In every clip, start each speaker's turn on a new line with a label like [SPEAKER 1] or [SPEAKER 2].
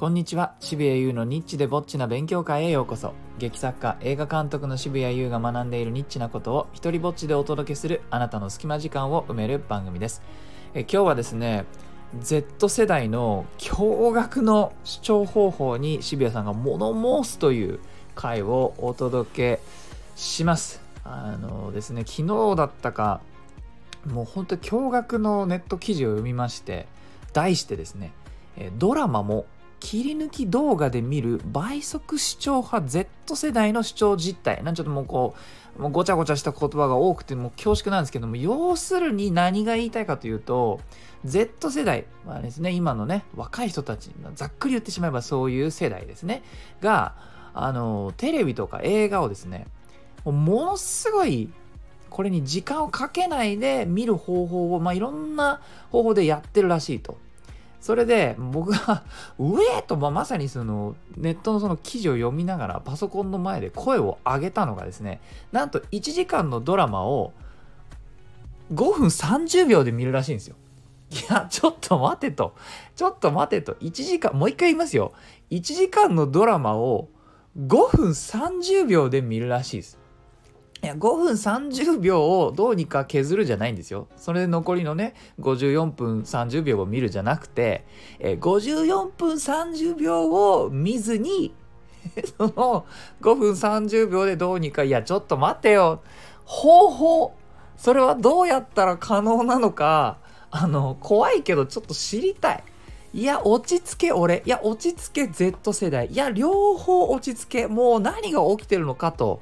[SPEAKER 1] こんにちは。渋谷優のニッチでぼっちな勉強会へようこそ。劇作家、映画監督の渋谷優が学んでいるニッチなことを一人ぼっちでお届けするあなたの隙間時間を埋める番組です。今日はですね、Z 世代の驚愕の視聴方法に渋谷さんが物申すという回をお届けします。ですね、昨日だったか、もう本当に驚愕のネット記事を読みまして、題してですね、ドラマも切り抜き動画で見る倍速視聴派 Z 世代の視聴実態。ちょっともうごちゃごちゃした言葉が多くてもう恐縮なんですけども、要するに何が言いたいかというと、Z 世代はですね、今のね、若い人たち、ざっくり言ってしまえばそういう世代ですね、が、テレビとか映画をですね、ものすごいこれに時間をかけないで見る方法を、いろんな方法でやってるらしいと。それで僕がまさにそのネットのその記事を読みながらパソコンの前で声を上げたのがですね、なんと1時間のドラマを5分30秒で見るらしいんですよ。いや、ちょっと待てと。1時間、もう一回言いますよ。1時間のドラマを5分30秒で見るらしいです。いや、5分30秒をどうにか削るじゃないんですよ。それで残りのね、54分30秒を見るじゃなくて、54分30秒を見ずに、その5分30秒でどうにか、いや、ちょっと待ってよ。方法、それはどうやったら可能なのか、怖いけどちょっと知りたい。いや、落ち着け俺。いや、落ち着け Z 世代。いや、両方落ち着け。もう何が起きてるのかと。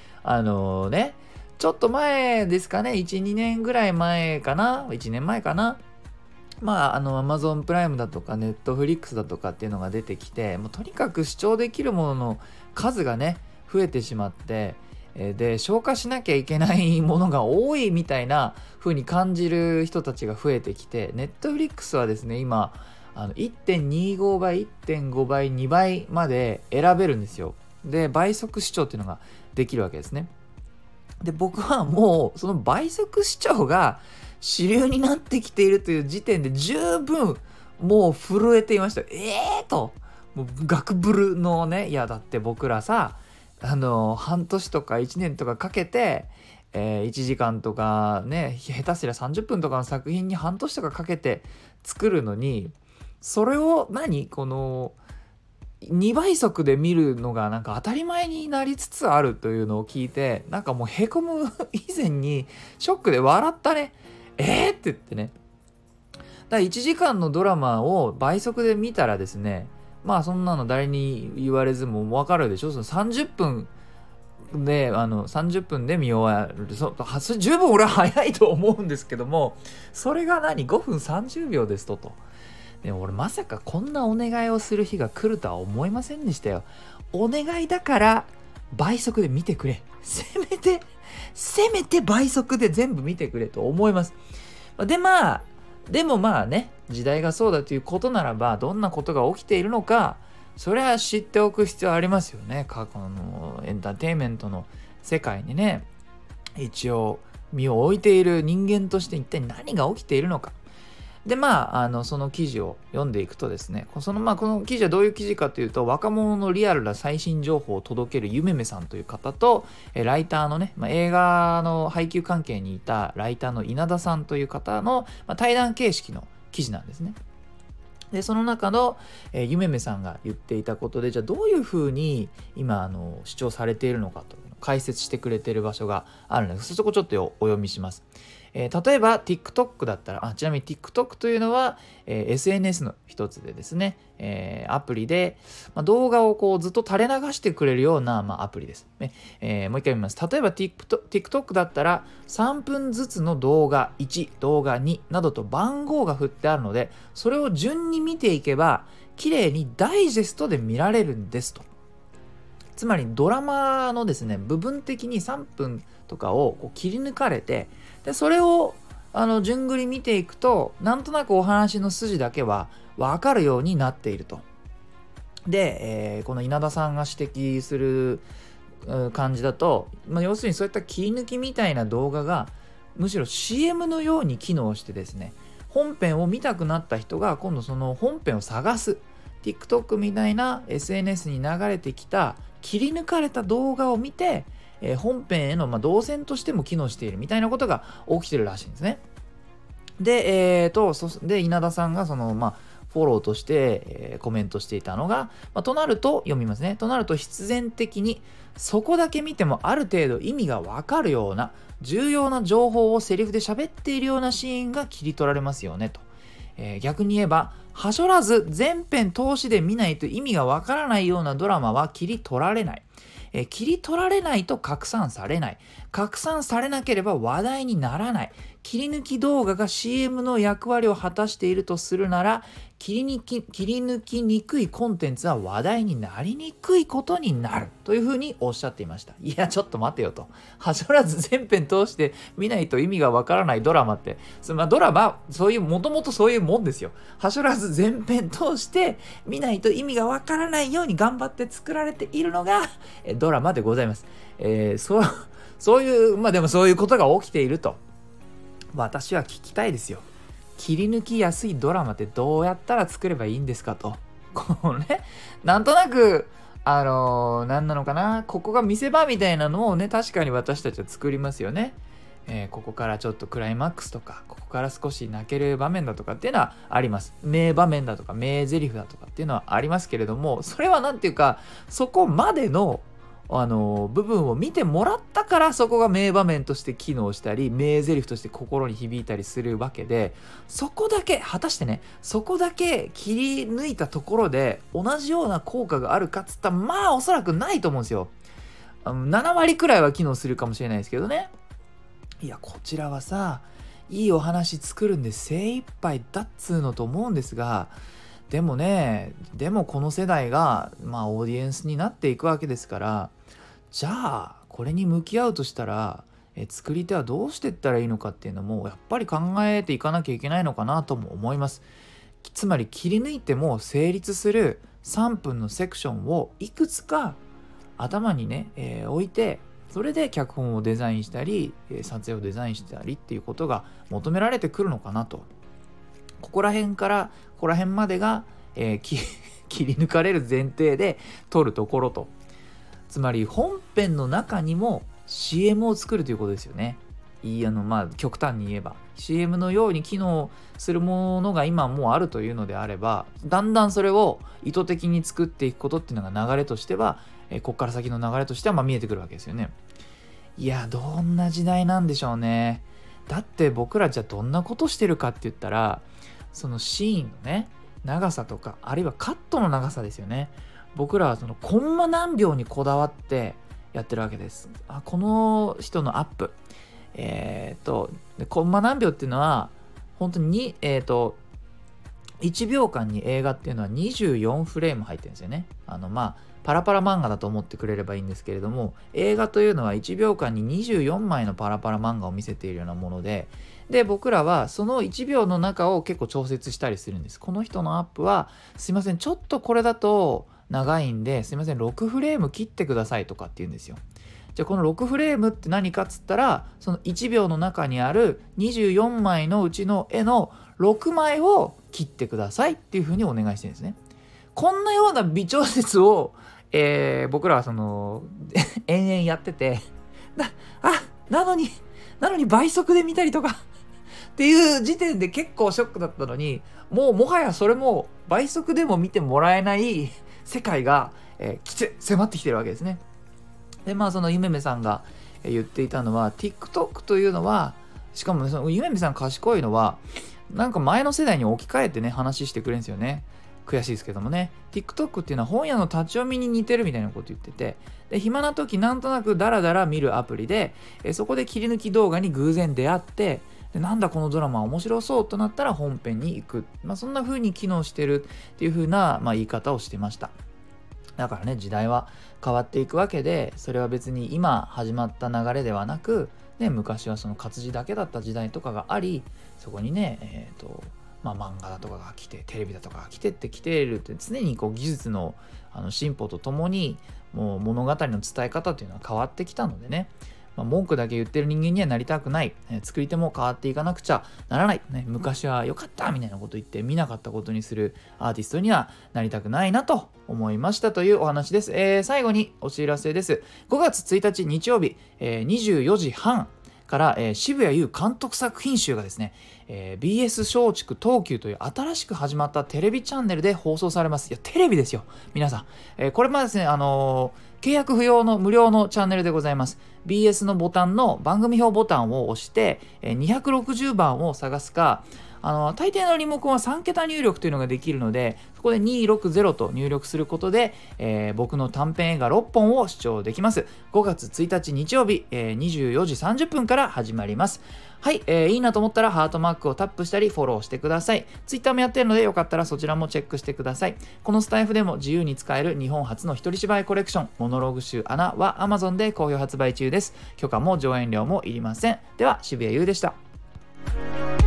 [SPEAKER 1] ちょっと前ですかね、1、2年ぐらい前かな、1年前かな。Amazon プライムだとか Netflix だとかっていうのが出てきて、もうとにかく視聴できるものの数がね、増えてしまって、で、消化しなきゃいけないものが多いみたいな風に感じる人たちが増えてきて、Netflix はですね、今、1.25 倍、1.5 倍、2倍まで選べるんですよ。で、倍速視聴っていうのができるわけですね。で、僕はもうその倍速視聴が主流になってきているという時点で十分もう震えていました。ともうガクブルのね、いやだって僕らさ、半年とか1年とかかけて、1時間とかね、下手すりゃ30分とかの作品に半年とかかけて作るのに、それをこの2倍速で見るのがなんか当たり前になりつつあるというのを聞いて、なんかもうへこむ以前にショックで笑ったね。って言ってね。だから1時間のドラマを倍速で見たらですね、そんなの誰に言われずも分かるでしょ。その30分で30分で見終わる。それ十分俺は早いと思うんですけども、それが5分30秒ですと。でも俺まさかこんなお願いをする日が来るとは思いませんでしたよ。お願いだから倍速で見てくれ。せめて倍速で全部見てくれと思います。でも時代がそうだということならば、どんなことが起きているのか、それは知っておく必要ありますよね。過去のエンターテインメントの世界にね、一応身を置いている人間として一体何が起きているのか。でその記事を読んでいくとですね、この記事はどういう記事かというと、若者のリアルな最新情報を届けるゆめめさんという方と、ライターのね、映画の配給関係にいたライターの稲田さんという方の、対談形式の記事なんですね。で、その中の、ゆめめさんが言っていたことで、じゃあどういうふうに今主張されているのかと解説してくれている場所があるので、そこちょっとお読みします。例えば TikTok だったら、ちなみに TikTok というのは、SNS の一つでですね、アプリで、動画をずっと垂れ流してくれるような、アプリです、ね。もう一回見ます。例えば TikTok だったら3分ずつの動画1、動画2などと番号が振ってあるので、それを順に見ていけば綺麗にダイジェストで見られるんですと。つまりドラマのですね、部分的に3分とかを切り抜かれて、でそれを順繰り見ていくと、なんとなくお話の筋だけは分かるようになっていると。で、この稲田さんが指摘する感じだと、要するにそういった切り抜きみたいな動画がむしろ CM のように機能してですね、本編を見たくなった人が今度その本編を探すっ TikTok みたいな SNS に流れてきた切り抜かれた動画を見て、本編への動線としても機能しているみたいなことが起きてるらしいんですね。で、で稲田さんがそのフォローとして、コメントしていたのが、となると読みますね。となると必然的にそこだけ見てもある程度意味がわかるような重要な情報をセリフで喋っているようなシーンが切り取られますよねと。逆に言えばはしょらず全編通しで見ないと意味がわからないようなドラマは切り取られない。切り取られないと拡散されない。拡散されなければ話題にならない。切り抜き動画が CM の役割を果たしているとするなら、切り抜きにくいコンテンツは話題になりにくいことになるというふうにおっしゃっていました。いやちょっと待てよと。はしょらず全編通して見ないと意味がわからないドラマって、ドラマもともとそういうもんですよ。はしょらず全編通して見ないと意味がわからないように頑張って作られているのがドラマでございます。そういうでもそういうことが起きていると私は聞きたいですよ。切り抜きやすいドラマってどうやったら作ればいいんですかと。こうね、なんとなく何なのかな、ここが見せ場みたいなのをね、確かに私たちは作りますよね。ここからちょっとクライマックスとか、ここから少し泣ける場面だとかっていうのはあります。名場面だとか名台詞だとかっていうのはありますけれども、それはなんていうか、そこまでの部分を見てもらったからそこが名場面として機能したり名台詞として心に響いたりするわけで、そこだけ果たしてね、そこだけ切り抜いたところで同じような効果があるかっつったらおそらくないと思うんですよ。7割くらいは機能するかもしれないですけどね。いやこちらはさ、いいお話作るんで精一杯だっつうのと思うんですが、でもこの世代がオーディエンスになっていくわけですから、じゃあこれに向き合うとしたら作り手はどうしていったらいいのかっていうのもやっぱり考えていかなきゃいけないのかなとも思います。つまり切り抜いても成立する3分のセクションをいくつか頭にね、置いて、それで脚本をデザインしたり撮影をデザインしたりっていうことが求められてくるのかなと。ここら辺からここら辺までが、切り抜かれる前提で撮るところと、つまり本編の中にも CM を作るということですよね。極端に言えば CM のように機能するものが今もうあるというのであれば、だんだんそれを意図的に作っていくことっていうのが流れとしては、こっから先の流れとしては見えてくるわけですよね。いやどんな時代なんでしょうね。だって僕らじゃどんなことしてるかって言ったら、そのシーンのね長さとか、あるいはカットの長さですよね。僕らはそのコンマ何秒にこだわってやってるわけです。この人のアップコンマ何秒っていうのは本当に1秒間に映画っていうのは24フレーム入ってるんですよね。パラパラ漫画だと思ってくれればいいんですけれども、映画というのは1秒間に24枚のパラパラ漫画を見せているようなもので、僕らはその1秒の中を結構調節したりするんです。この人のアップはすいませんちょっとこれだと長いんですいません6フレーム切ってくださいとかって言うんですよ。じゃあこの6フレームって何かっつったら、その1秒の中にある24枚のうちの絵の6枚を切ってくださいっていう風にお願いしてるんですね。こんなような微調節を、僕らは延々やってて、なのに倍速で見たりとかっていう時点で結構ショックだったのに、もはやそれも倍速でも見てもらえない世界が、迫ってきてるわけですね。でそのゆめめさんが言っていたのは TikTok というのは、しかもそのゆめめさん賢いのはなんか前の世代に置き換えてね話してくれるんですよね。悔しいですけどもね、 TikTok っていうのは本屋の立ち読みに似てるみたいなこと言ってて、で暇な時なんとなくダラダラ見るアプリで、そこで切り抜き動画に偶然出会って、でなんだこのドラマ面白そうとなったら本編に行く、そんな風に機能してるっていう風な、言い方をしてました。だからね、時代は変わっていくわけで、それは別に今始まった流れではなく、昔はその活字だけだった時代とかがあり、そこにね漫画だとかが来て、テレビだとかが来てるって、常にこう技術の進歩とともにもう物語の伝え方というのは変わってきたのでね、 文句だけ言ってる人間にはなりたくない、作り手も変わっていかなくちゃならない、昔は良かったみたいなこと言って見なかったことにするアーティストにはなりたくないなと思いましたというお話です。最後にお知らせです。5月1日日曜日、24時半から、渋谷優監督作品集がですね、BS 松竹東急という新しく始まったテレビチャンネルで放送されます。いやテレビですよ皆さん、これまでですね契約不要の無料のチャンネルでございます。 BS のボタンの番組表ボタンを押して、260番を探すか、大抵のリモコンは3桁入力というのができるので、そこで260と入力することで、僕の短編映画6本を視聴できます。5月1日日曜日、24時30分から始まります。はい、いいなと思ったらハートマークをタップしたりフォローしてください。Twitter もやってるのでよかったらそちらもチェックしてください。このスタイフでも自由に使える日本初の一人芝居コレクションモノログ集アナは Amazon で好評発売中です。許可も上演料もいりません。では渋谷優でした。